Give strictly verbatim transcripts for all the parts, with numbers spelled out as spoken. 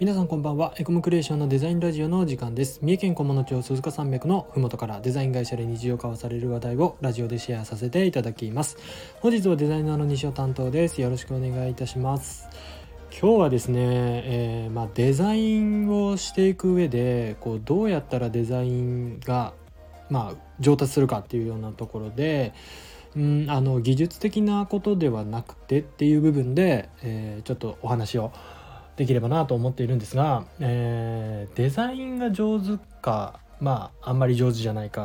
皆さんこんばんは。エコムクリエーションのデザインラジオの時間です。三重県菰野町鈴鹿山脈のふもとからデザイン会社で日常交わされる話題をラジオでシェアさせていただきます。本日はデザイナーの西尾担当です。よろしくお願いいたします。今日はですね、えーまあ、デザインをしていく上でこうどうやったらデザインが、まあ、上達するかっていうようなところで、うん、あの技術的なことではなくてっていう部分で、えーちょっとお話をできればなと思っているんですが、えーデザインが上手か、まああんまり上手じゃないかって、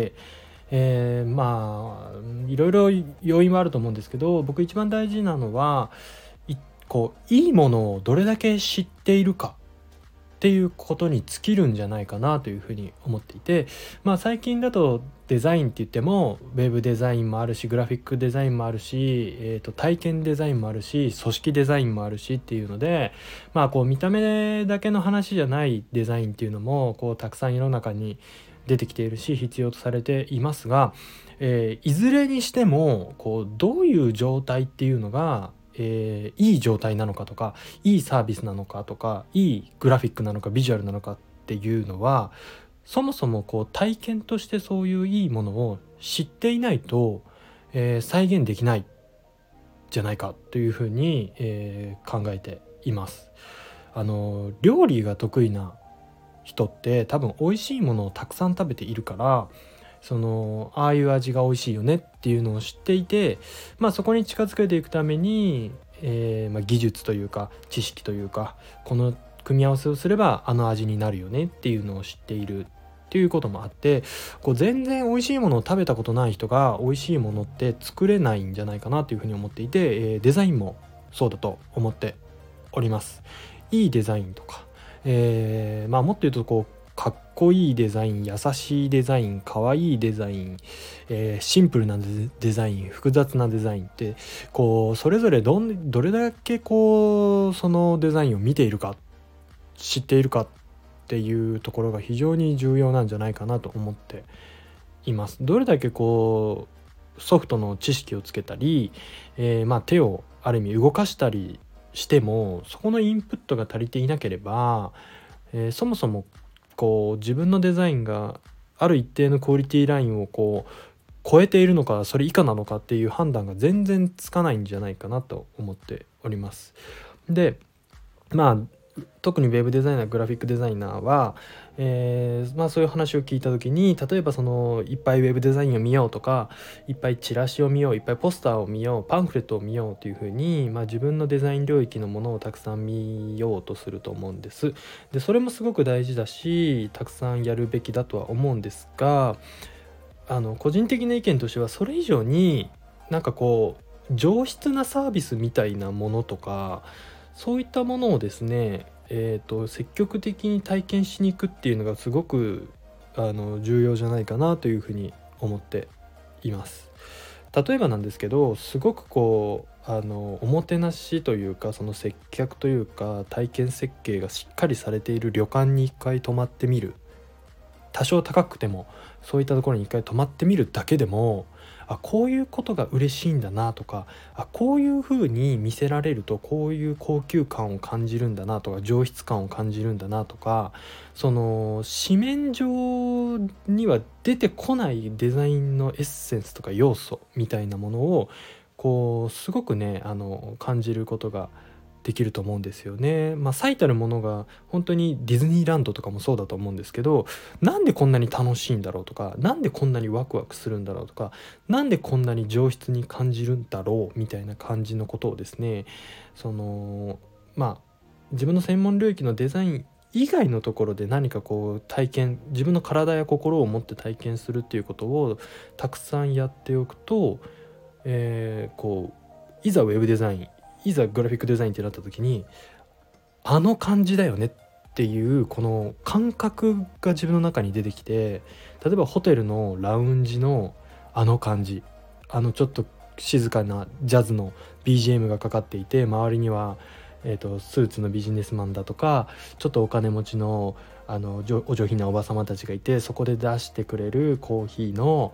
えーまあいろいろ要因はあると思うんですけど、僕一番大事なのはいこういいものをどれだけ知っているかっていうことに尽きるんじゃないかなというふうに思っていて、まあ最近だとデザインって言ってもウェブデザインもあるし、グラフィックデザインもあるし、えーと体験デザインもあるし、組織デザインもあるしっていうので、まあこう見た目だけの話じゃないデザインっていうのもこうたくさん世の中に出てきているし必要とされていますが、えーいずれにしてもこうどういう状態っていうのがえーいい状態なのかとか、いいサービスなのかとか、いいグラフィックなのかビジュアルなのかっていうのは、そもそもこう体験としてそういういいものを知っていないと、えー再現できないじゃないかというふうに、えー考えています。あの料理が得意な人って多分美味しいものをたくさん食べているから、そのああいう味が美味しいよねっていうのを知っていて、まあそこに近づけていくために、えーまあ、技術というか知識というか、この組み合わせをすればあの味になるよねっていうのを知っているっていうこともあって、こう全然美味しいものを食べたことない人が美味しいものって作れないんじゃないかなというふうに思っていて、えーデザインもそうだと思っております。いいデザインとか、えーまあもっと言うとこうかっこいいデザイン、優しいデザイン、かわいいデザイン、えーシンプルなデデザイン、複雑なデザインってこうそれぞれどんどれだけこうそのデザインを見ているか、知っているかっていうところが非常に重要なんじゃないかなと思っています。どれだけこうソフトの知識をつけたり、えーまあ手をある意味動かしたりしても、そこのインプットが足りていなければ、えーそもそもこう自分のデザインがある一定のクオリティラインをこう超えているのかそれ以下なのかっていう判断が全然つかないんじゃないかなと思っております。でまあ特にウェブデザイナー、グラフィックデザイナーは、えーまあ、そういう話を聞いた時に、例えばそのいっぱいウェブデザインを見ようとか、いっぱいチラシを見よう、いっぱいポスターを見よう、パンフレットを見ようというふうに、まあ、自分のデザイン領域のものをたくさん見ようとすると思うんです。でそれもすごく大事だし、たくさんやるべきだとは思うんですが、あの個人的な意見としてはそれ以上になんかこう上質なサービスみたいなものとか、そういったものをですね、えーと積極的に体験しに行くっていうのがすごくあの重要じゃないかなというふうに思っています。例えばなんですけど、すごくこうあのおもてなしというか、その接客というか体験設計がしっかりされている旅館に一回泊まってみる、多少高くてもそういったところに一回泊まってみるだけでも、あこういうことが嬉しいんだなとか、あこういう風に見せられるとこういう高級感を感じるんだなとか、上質感を感じるんだなとか、その紙面上には出てこないデザインのエッセンスとか要素みたいなものをこうすごくねあの感じることができると思うんですよね。まあ最たるものが本当にディズニーランドとかもそうだと思うんですけど、なんでこんなに楽しいんだろうとか、なんでこんなにワクワクするんだろうとか、なんでこんなに上質に感じるんだろうみたいな感じのことをですね、そのまあ自分の専門領域のデザイン以外のところで何かこう体験、自分の体や心を持って体験するっていうことをたくさんやっておくと、えーこういざウェブデザイン、いざグラフィックデザインってなった時に、あの感じだよねっていうこの感覚が自分の中に出てきて、例えばホテルのラウンジのあの感じ、あのちょっと静かなジャズの ビージーエム がかかっていて、周りには、えーとスーツのビジネスマンだとか、ちょっとお金持ちのあのお上品なおばさまたちがいて、そこで出してくれるコーヒーの、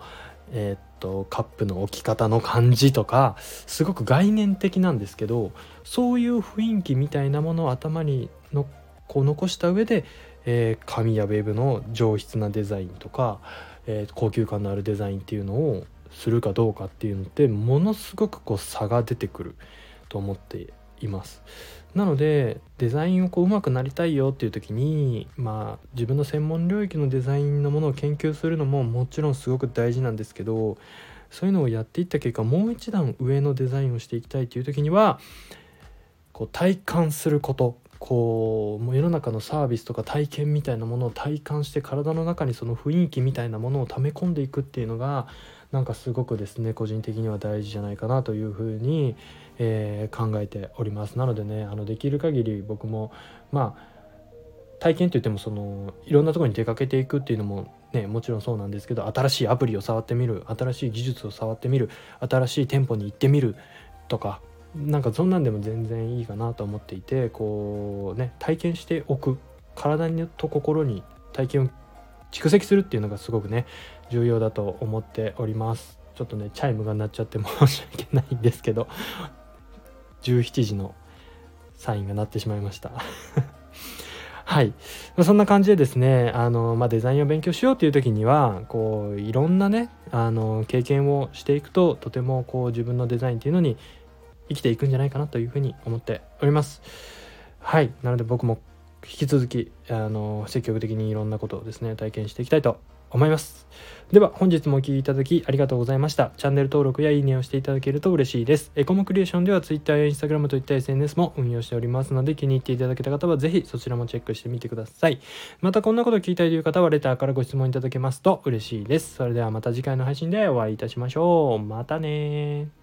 えーっとカップの置き方の感じとかすごく概念的なんですけど、そういう雰囲気みたいなものを頭にのこう残した上で、えー紙やウェブの上質なデザインとか、えー高級感のあるデザインっていうのをするかどうかっていうのってものすごくこう差が出てくると思っています。なのでデザインをこう上手くなりたいよっていう時に、まあ自分の専門領域のデザインのものを研究するのももちろんすごく大事なんですけど、そういうのをやっていった結果もう一段上のデザインをしていきたいという時にはこう体感すること、こうもう世の中のサービスとか体験みたいなものを体感して体の中にその雰囲気みたいなものを溜め込んでいくっていうのがなんかすごくですね個人的には大事じゃないかなというふうに、えー考えております。なのでねあのできる限り僕もまあ体験といってもそのいろんなところに出かけていくっていうのもねもちろんそうなんですけど、新しいアプリを触ってみる、新しい技術を触ってみる、新しい店舗に行ってみるとか、なんかそんなんでも全然いいかなと思っていて、こうね体験しておく、体にと心に体験を蓄積するっていうのがすごくね重要だと思っております。ちょっとねチャイムが鳴っちゃって申し訳ないんですけどじゅうしちじのサインが鳴ってしまいましたはい、そんな感じでですねあの、まあ、デザインを勉強しようという時にはこういろんなねあの経験をしていくととてもこう自分のデザインっていうのに生きていくんじゃないかなというふうに思っております。はい、なので僕も引き続きあの積極的にいろんなことをですね体験していきたいと思います。では本日もお聞きいただきありがとうございました。チャンネル登録やいいねをしていただけると嬉しいです。エコモクリエーションでは Twitter や Instagram といった エスエヌエス も運用しておりますので、気に入っていただけた方はぜひそちらもチェックしてみてください。またこんなこと聞きたいという方はレターからご質問いただけますと嬉しいです。それではまた次回の配信でお会いいたしましょう。またね。